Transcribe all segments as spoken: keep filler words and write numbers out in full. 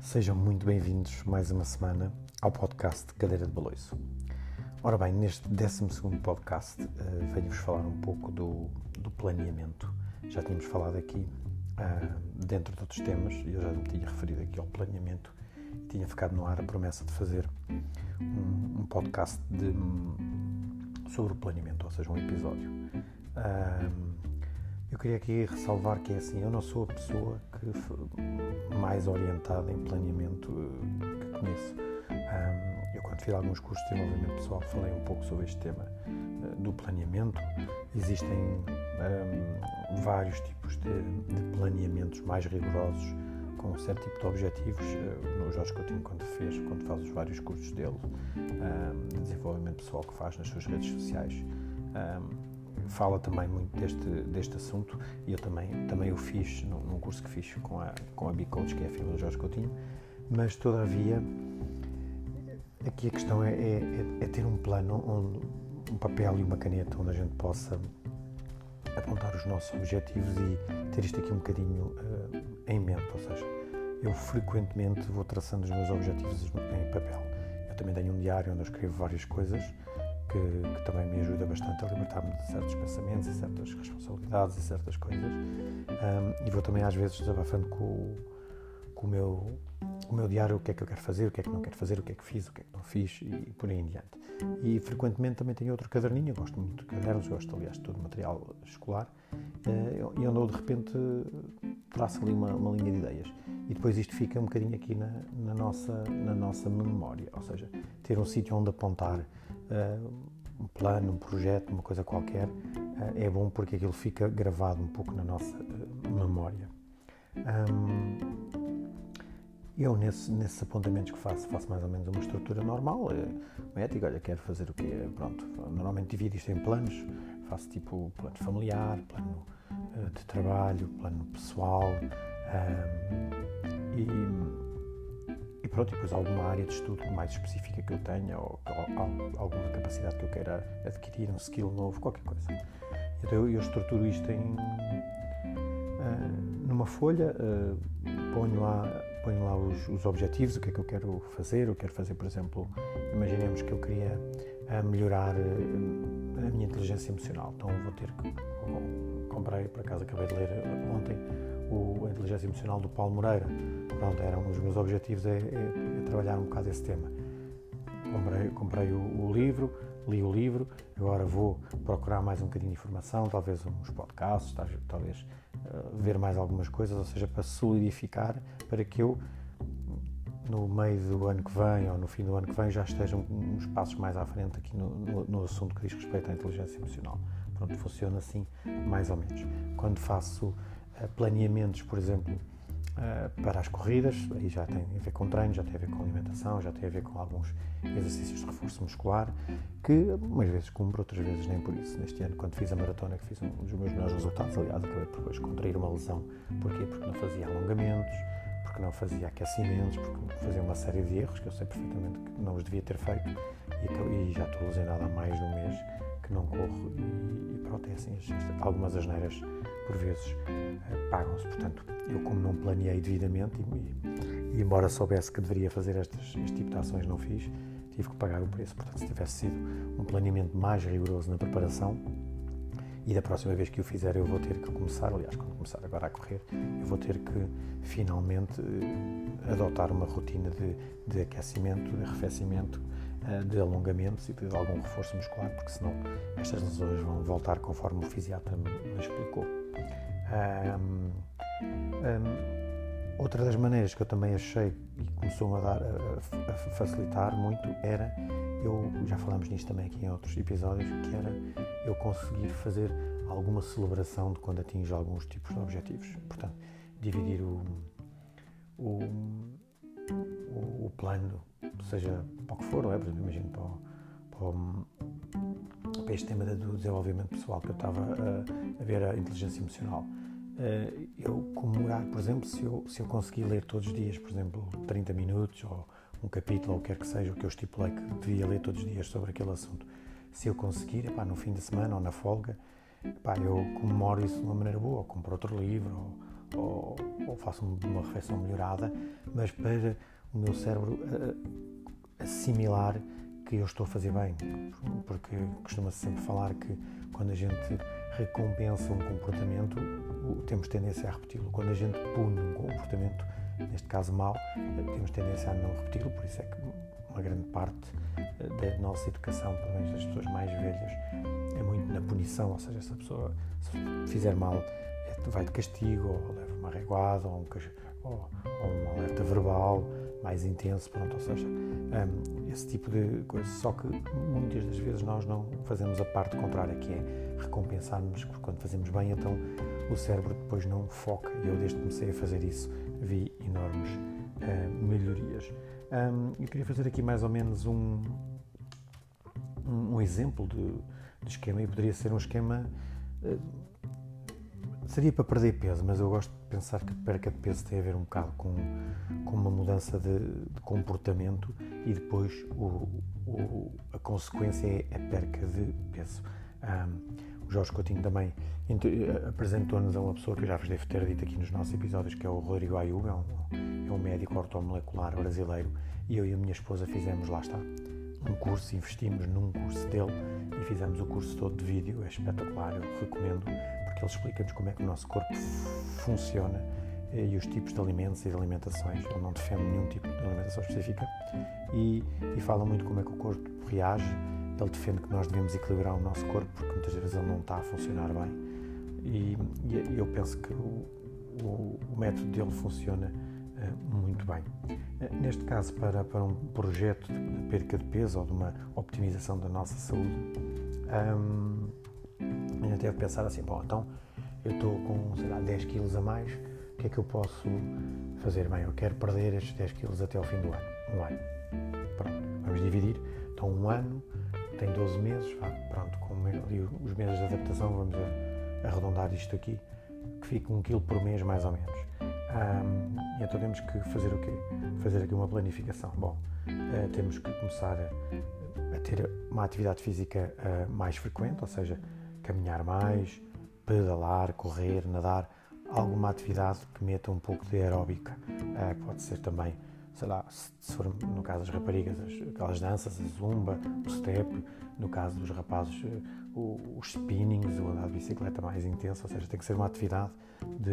Sejam muito bem-vindos mais uma semana ao podcast Cadeira de Baloiço. Ora bem, neste décimo segundo podcast uh, venho-vos falar um pouco do, do planeamento. Já tínhamos falado aqui uh, dentro de outros temas e eu já me tinha referido aqui ao planeamento e tinha ficado no ar a promessa de fazer um, um podcast de, sobre o planeamento, ou seja, um episódio. Uh, Eu queria aqui ressalvar que é assim, eu não sou a pessoa que mais orientada em planeamento que conheço. Um, eu quando fiz alguns cursos de desenvolvimento pessoal falei um pouco sobre este tema uh, do planeamento. Existem um, vários tipos de, de planeamentos mais rigorosos com um certo tipo de objetivos. Uh, no Jorge Coutinho, quando fez, quando faz os vários cursos dele um, de desenvolvimento pessoal que faz nas suas redes sociais, um, fala também muito deste, deste assunto e eu também, também o fiz num, num curso que fiz com a, com a B-Coach, que é a filha do Jorge Coutinho, mas todavia aqui a questão é, é, é ter um plano, onde, um papel e uma caneta onde a gente possa apontar os nossos objetivos e ter isto aqui um bocadinho uh, em mente, ou seja, eu frequentemente vou traçando os meus objetivos em papel. Eu também tenho um diário onde eu escrevo várias coisas Que, que também me ajuda bastante a libertar-me de certos pensamentos e certas responsabilidades e certas coisas, um, e vou também às vezes desabafando com, com o, meu, o meu diário, o que é que eu quero fazer, o que é que não quero fazer, o que é que fiz, o que é que não fiz e por aí em diante. E frequentemente também tenho outro caderninho, eu gosto muito de cadernos, gosto aliás de todo o material escolar, uh, e onde eu de repente traço ali uma, uma linha de ideias e depois isto fica um bocadinho aqui na, na, nossa, na nossa memória, ou seja, ter um sítio onde apontar Uh, um plano, um projeto, uma coisa qualquer, uh, é bom porque aquilo fica gravado um pouco na nossa uh, memória. Um, eu, nesse, nesses apontamentos que faço, faço mais ou menos uma estrutura normal, uh, uma ética, olha, quero fazer o quê? Pronto, normalmente divido isto em planos, faço tipo plano familiar, plano uh, de trabalho, plano pessoal, um, e E pronto, e depois alguma área de estudo mais específica que eu tenha ou, ou alguma capacidade que eu queira adquirir, um skill novo, qualquer coisa. Então eu, eu estruturo isto em, uh, numa folha, uh, ponho lá, ponho lá os, os objetivos, o que é que eu quero fazer. Eu quero fazer, por exemplo, imaginemos que eu queria uh, melhorar uh, a minha inteligência emocional. Então vou ter que, bom, comprei, por acaso acabei de ler ontem, o, a inteligência emocional do Paulo Moreira. Pronto, eram os meus objetivos, é, é, é trabalhar um bocado esse tema. Comprei, comprei o, o livro, li o livro, agora vou procurar mais um bocadinho de informação, talvez uns podcasts, talvez uh, ver mais algumas coisas, ou seja, para solidificar, para que eu, no meio do ano que vem ou no fim do ano que vem, já esteja uns passos mais à frente aqui no, no, no assunto que diz respeito à inteligência emocional. Pronto, funciona assim, mais ou menos. Quando faço uh, planeamentos, por exemplo, Uh, para as corridas, aí já tem a ver com treino, já tem a ver com alimentação, já tem a ver com alguns exercícios de reforço muscular, que umas vezes cumpro, outras vezes nem por isso. Neste ano, quando fiz a maratona, que fiz um dos meus melhores resultados, aliás, acabei por depois contrair uma lesão. Porquê? Porque não fazia alongamentos, porque não fazia aquecimentos, porque fazia uma série de erros que eu sei perfeitamente que não os devia ter feito e, e já estou lesionado há mais de um mês que não corro e, e pronto, é assim, algumas asneiras por vezes uh, pagam-se. Portanto, eu como não planeei devidamente e, e embora soubesse que deveria fazer estas, este tipo de ações, não fiz, tive que pagar o preço. Portanto, se tivesse sido um planeamento mais rigoroso na preparação, e da próxima vez que o fizer eu vou ter que começar, aliás, quando começar agora a correr, eu vou ter que finalmente uh, adotar uma rotina de, de aquecimento, de arrefecimento, uh, de alongamentos e de algum reforço muscular, porque senão estas lesões vão voltar conforme o fisiatra me, me explicou. Um, um, outra das maneiras que eu também achei e começou a, dar, a, a facilitar muito era, eu já falámos nisto também aqui em outros episódios, que era eu conseguir fazer alguma celebração de quando atinjo alguns tipos de objetivos. Portanto, dividir o, o, o, o plano, seja para o que for, não é? Por exemplo, imagino para, o, para, o, para este tema do desenvolvimento pessoal que eu estava a, a ver, a inteligência emocional. Eu comemorar, por exemplo, se eu, se eu conseguir ler todos os dias, por exemplo, trinta minutos ou um capítulo ou o que quer que seja, o que eu estipulei que devia ler todos os dias sobre aquele assunto, se eu conseguir, epá, no fim de semana ou na folga, epá, eu comemoro isso de uma maneira boa, ou compro outro livro, ou, ou, ou faço uma refeição melhorada, mas para o meu cérebro uh, assimilar que eu estou a fazer bem, porque costuma-se sempre falar que quando a gente recompensa um comportamento, temos tendência a repeti-lo. Quando a gente pune um comportamento, neste caso mau, temos tendência a não repeti-lo, por isso é que uma grande parte da nossa educação, pelo menos das pessoas mais velhas, é muito na punição, ou seja, se a pessoa se fizer mal, vai de castigo, ou leva uma reguada, ou um, ou, ou um alerta verbal mais intenso, pronto, ou seja, um, esse tipo de coisa. Só que muitas das vezes nós não fazemos a parte contrária, que é recompensar-nos, porque quando fazemos bem, então o cérebro depois não foca, e eu desde que comecei a fazer isso vi enormes uh, melhorias. Um, eu queria fazer aqui mais ou menos um, um, um exemplo de, de esquema, e poderia ser um esquema, uh, seria para perder peso, mas eu gosto de pensar que a perca de peso tem a ver um bocado com, com uma mudança de, de comportamento, e depois o, o, a consequência é a perca de peso. Um, o Jorge Coutinho também apresentou-nos a uma pessoa que eu já vos devo ter dito aqui nos nossos episódios, que é o Rodrigo Ayub, é um, é um médico ortomolecular brasileiro, e eu e a minha esposa fizemos, lá está, um curso, investimos num curso dele e fizemos o curso todo de vídeo, é espetacular, eu recomendo, porque ele explica-nos como é que o nosso corpo funciona e os tipos de alimentos e de alimentações. Ele não defende nenhum tipo de alimentação específica e, e fala muito como é que o corpo reage. Ele defende que nós devemos equilibrar o nosso corpo, porque muitas vezes ele não está a funcionar bem, e, e eu penso que o, o, o método dele funciona uh, muito bem. Uh, neste caso, para, para um projeto de, de perca de peso ou de uma optimização da nossa saúde, um, a gente deve pensar assim, bom, então eu estou com, sei lá, dez quilos a mais, o que é que eu posso fazer? Bem, eu quero perder estes dez quilos até ao fim do ano. Um ano. Pronto, vamos dividir. Então, um ano tem doze meses, vá, pronto, com os meses de adaptação, vamos arredondar isto aqui, que fica um quilo por mês, mais ou menos. Um, e então temos que fazer o quê? Fazer aqui uma planificação. Bom, uh, temos que começar a, a ter uma atividade física uh, mais frequente, ou seja, caminhar mais, pedalar, correr, nadar, alguma atividade que meta um pouco de aeróbica. Uh, pode ser também, sei lá, se for no caso das raparigas, aquelas danças, a zumba, o step, no caso dos rapazes, o, os spinnings, o andar de bicicleta mais intenso, ou seja, tem que ser uma atividade de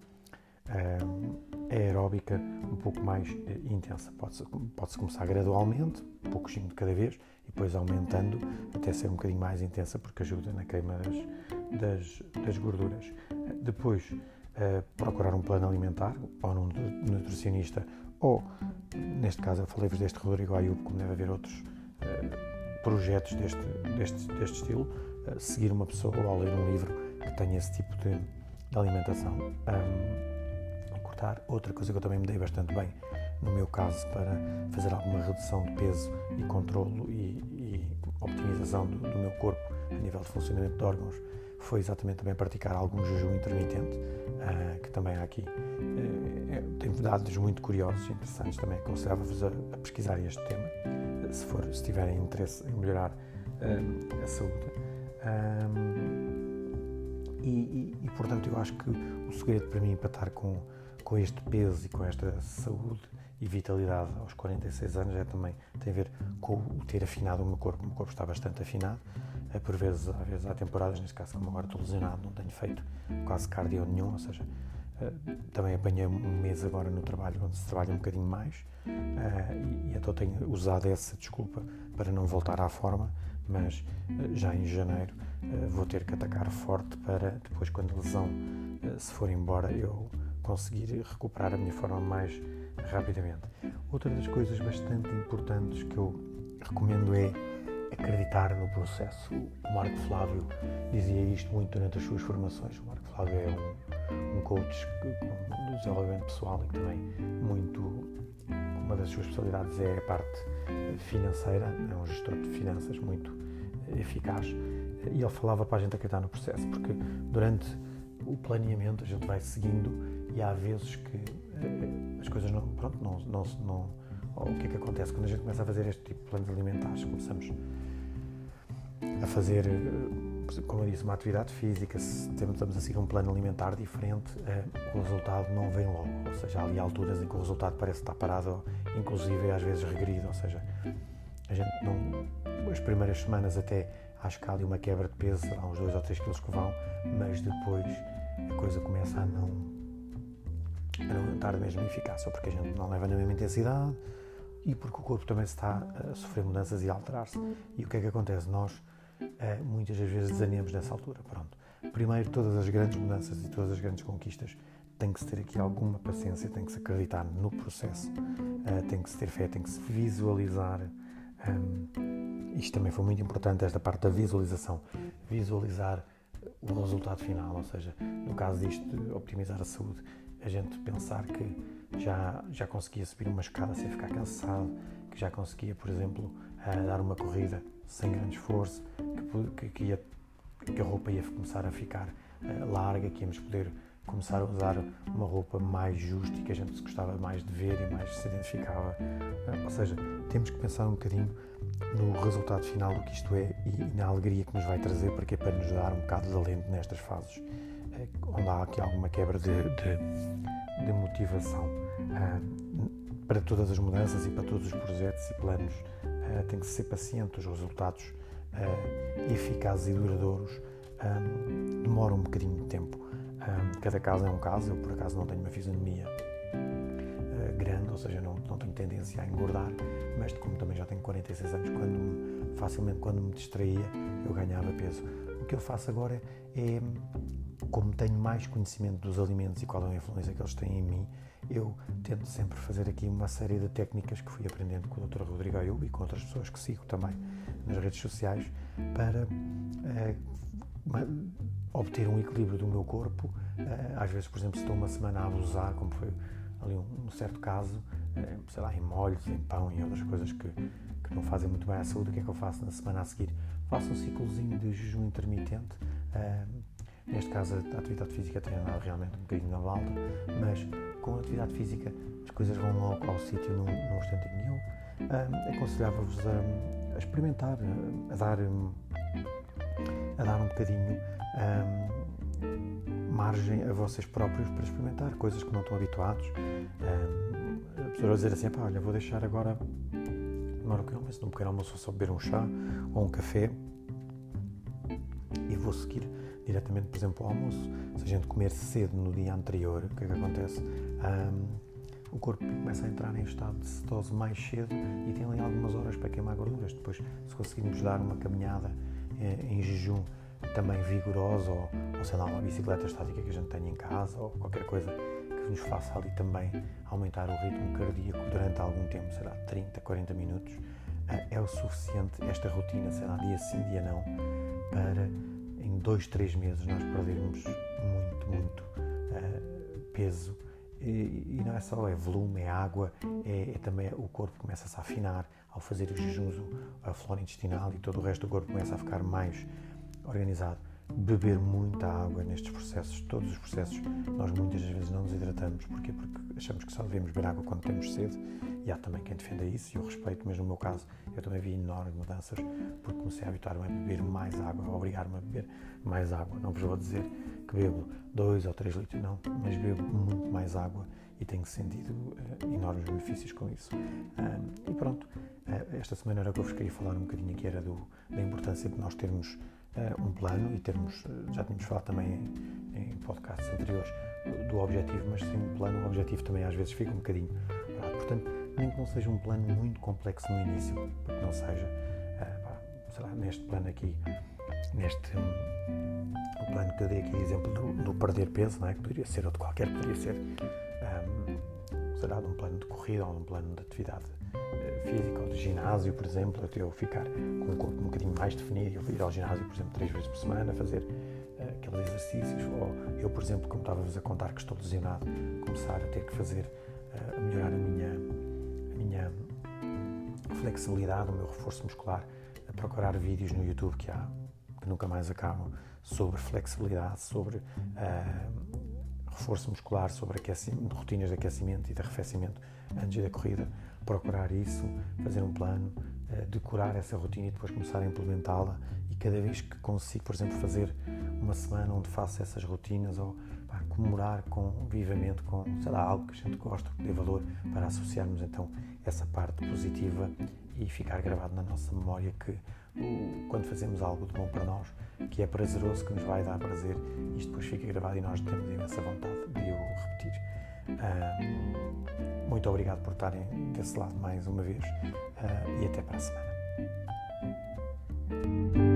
um, aeróbica um pouco mais uh, intensa. Pode-se, pode-se começar gradualmente, um pouquinho de cada vez, e depois aumentando até ser um bocadinho mais intensa, porque ajuda na queima das, das, das gorduras. Uh, depois, uh, procurar um plano alimentar, ou num nutricionista, ou, neste caso, eu falei-vos deste Rodrigo Ayub, como deve haver outros uh, projetos deste, deste, deste estilo, uh, seguir uma pessoa ou ler um livro que tenha esse tipo de, de alimentação. Um, e cortar. Outra coisa que eu também me dei bastante bem, no meu caso, para fazer alguma redução de peso e controlo e, e optimização do, do meu corpo a nível de funcionamento de órgãos, foi exatamente também praticar algum jejum intermitente, uh, que também há aqui. Uh, tem dados muito curiosos e interessantes também. Aconselhava-vos a, a pesquisar este tema, uh, se, for, se tiverem interesse em melhorar uh, a saúde. Um, e, e, e, portanto, eu acho que o segredo para mim, para estar com, com este peso e com esta saúde e vitalidade aos quarenta e seis anos, é também, tem a ver com o ter afinado o meu corpo. O meu corpo está bastante afinado. Por vezes, às vezes há temporadas, neste caso como agora estou lesionado, não tenho feito quase cardio nenhum, ou seja, também apanhei um mês agora no trabalho onde se trabalha um bocadinho mais, e então tenho usado essa desculpa para não voltar à forma, mas já em janeiro vou ter que atacar forte para depois, quando a lesão se for embora, eu conseguir recuperar a minha forma mais rapidamente. Outra das coisas bastante importantes que eu recomendo é acreditar no processo. O Marco Flávio dizia isto muito durante as suas formações. O Marco Flávio é um, um coach de desenvolvimento pessoal e que também muito, uma das suas especialidades é a parte financeira, é um gestor de finanças muito eficaz, e ele falava para a gente acreditar no processo, porque durante o planeamento a gente vai seguindo e há vezes que eh, as coisas não, pronto, não, não, não ou o que é que acontece quando a gente começa a fazer este tipo de planos alimentares? Começamos a fazer, como eu disse, uma atividade física, se estamos a seguir um plano alimentar diferente, o resultado não vem logo. Ou seja, há ali alturas em que o resultado parece estar parado, inclusive às vezes regride. Ou seja, a gente não, as primeiras semanas até acho que há ali uma quebra de peso, há uns dois ou três quilos que vão, mas depois a coisa começa a não, a não estar da mesma eficácia, porque a gente não leva na mesma intensidade e porque o corpo também está a sofrer mudanças e a alterar-se. E o que é que acontece? Nós muitas das vezes desanimamos nessa altura. Pronto. Primeiro, todas as grandes mudanças e todas as grandes conquistas tem que se ter aqui alguma paciência, tem que se acreditar no processo, uh, tem que se ter fé, tem que se visualizar. Um, isto também foi muito importante, esta parte da visualização. Visualizar o resultado final, ou seja, no caso disto de optimizar a saúde, a gente pensar que já, já conseguia subir uma escada sem ficar cansado, que já conseguia, por exemplo, uh, dar uma corrida sem grande esforço, que, que, ia, que a roupa ia começar a ficar uh, larga, que íamos poder começar a usar uma roupa mais justa e que a gente se gostava mais de ver e mais se identificava. Uh, ou seja, temos que pensar um bocadinho no resultado final do que isto é e na alegria que nos vai trazer, porque é para nos dar um bocado de alento nestas fases, uh, onde há aqui alguma quebra de, de, de motivação. Uh, para todas as mudanças e para todos os projetos e planos, Uh, tem que ser paciente. Os resultados uh, eficazes e duradouros um, demoram um bocadinho de tempo. Um, cada caso é um caso. Eu, por acaso, não tenho uma fisionomia uh, grande, ou seja, não, não tenho tendência a engordar, mas como também já tenho quarenta e seis anos, quando me, facilmente quando me distraía, eu ganhava peso. O que eu faço agora é, como tenho mais conhecimento dos alimentos e qual é a influência que eles têm em mim, eu tento sempre fazer aqui uma série de técnicas que fui aprendendo com o doutor Rodrigo Ayub e com outras pessoas que sigo também nas redes sociais para uh, obter um equilíbrio do meu corpo. Uh, às vezes, por exemplo, se estou uma semana a abusar, como foi ali um, um certo caso, uh, sei lá, em molhos, em pão e outras coisas que, que não fazem muito bem à saúde, o que é que eu faço na semana a seguir? Faço um ciclozinho de jejum intermitente. Uh, neste caso, a atividade física tem andado realmente um bocadinho na balda, mas com a atividade física as coisas vão logo ao sítio num, num instantinho. Eu um, aconselhava-vos a, a experimentar, a, a, dar, a dar um bocadinho um, margem a vocês próprios para experimentar coisas que não estão habituados. Um, a pessoa dizer assim, pá, olha, vou deixar agora uma hora que almoço, num pequeno almoço, só beber um chá ou um café e vou seguir diretamente, por exemplo, ao almoço. Se a gente comer cedo no dia anterior, o que é que acontece? Um, o corpo começa a entrar em estado de cetose mais cedo e tem ali algumas horas para queimar gorduras. Depois, se conseguirmos dar uma caminhada eh, em jejum também vigorosa, ou, ou sei lá, uma bicicleta estática que a gente tenha em casa, ou qualquer coisa que nos faça ali também aumentar o ritmo cardíaco durante algum tempo, será trinta, quarenta minutos, eh, é o suficiente esta rotina, sei lá, dia sim, dia não, para em dois, três meses nós perdermos muito, muito uh, peso. E, e não é só, é volume, é água, é, é também o corpo começa-se a afinar ao fazer os jejuns, a flora intestinal e todo o resto do corpo começa a ficar mais organizado. Beber muita água nestes processos, todos os processos, nós muitas vezes não nos hidratamos. Porquê? Porque achamos que só devemos beber água quando temos sede, e há também quem defenda isso, e eu respeito, mas no meu caso eu também vi enormes mudanças, porque comecei a habituar-me a beber mais água, a obrigar-me a beber mais água. Não vos vou dizer que bebo dois ou três litros, não, mas bebo muito mais água e tenho sentido uh, enormes benefícios com isso. Um, e pronto, uh, esta semana era o que eu vos queria falar um bocadinho aqui, era do, da importância de nós termos uh, um plano e termos, uh, já tínhamos falado também em, em podcasts anteriores do, do objetivo, mas sem um plano o objetivo também às vezes fica um bocadinho parado. Portanto, nem que não seja um plano muito complexo no início, porque não seja, uh, pá, sei lá, neste plano aqui, neste um, o plano que eu dei aqui, exemplo do, do perder peso, não é? Que poderia ser outro qualquer, poderia ser, um, será de um plano de corrida ou de um plano de atividade uh, física ou de ginásio, por exemplo, até eu ficar com um corpo um bocadinho mais definido, eu ir ao ginásio, por exemplo, três vezes por semana, fazer uh, aqueles exercícios, ou eu, por exemplo, como estava-vos a contar que estou lesionado, começar a ter que fazer, uh, a melhorar a minha, a minha flexibilidade, o meu reforço muscular, a procurar vídeos no YouTube que há, que nunca mais acabam, sobre flexibilidade, sobre uh, reforço muscular, sobre aquecimento, rotinas de aquecimento e de arrefecimento antes da corrida, procurar isso, fazer um plano, uh, decorar essa rotina e depois começar a implementá-la, e cada vez que consigo, por exemplo, fazer uma semana onde faço essas rotinas, ou pá, comemorar com, vivamente com, sei lá, algo que a gente gosta, que dê valor, para associarmos então essa parte positiva e ficar gravado na nossa memória que o, quando fazemos algo de bom para nós, que é prazeroso, que nos vai dar prazer, isto depois fica gravado e nós temos imensa vontade de o repetir. Uh, muito obrigado por estarem desse lado mais uma vez, uh, e até para a semana.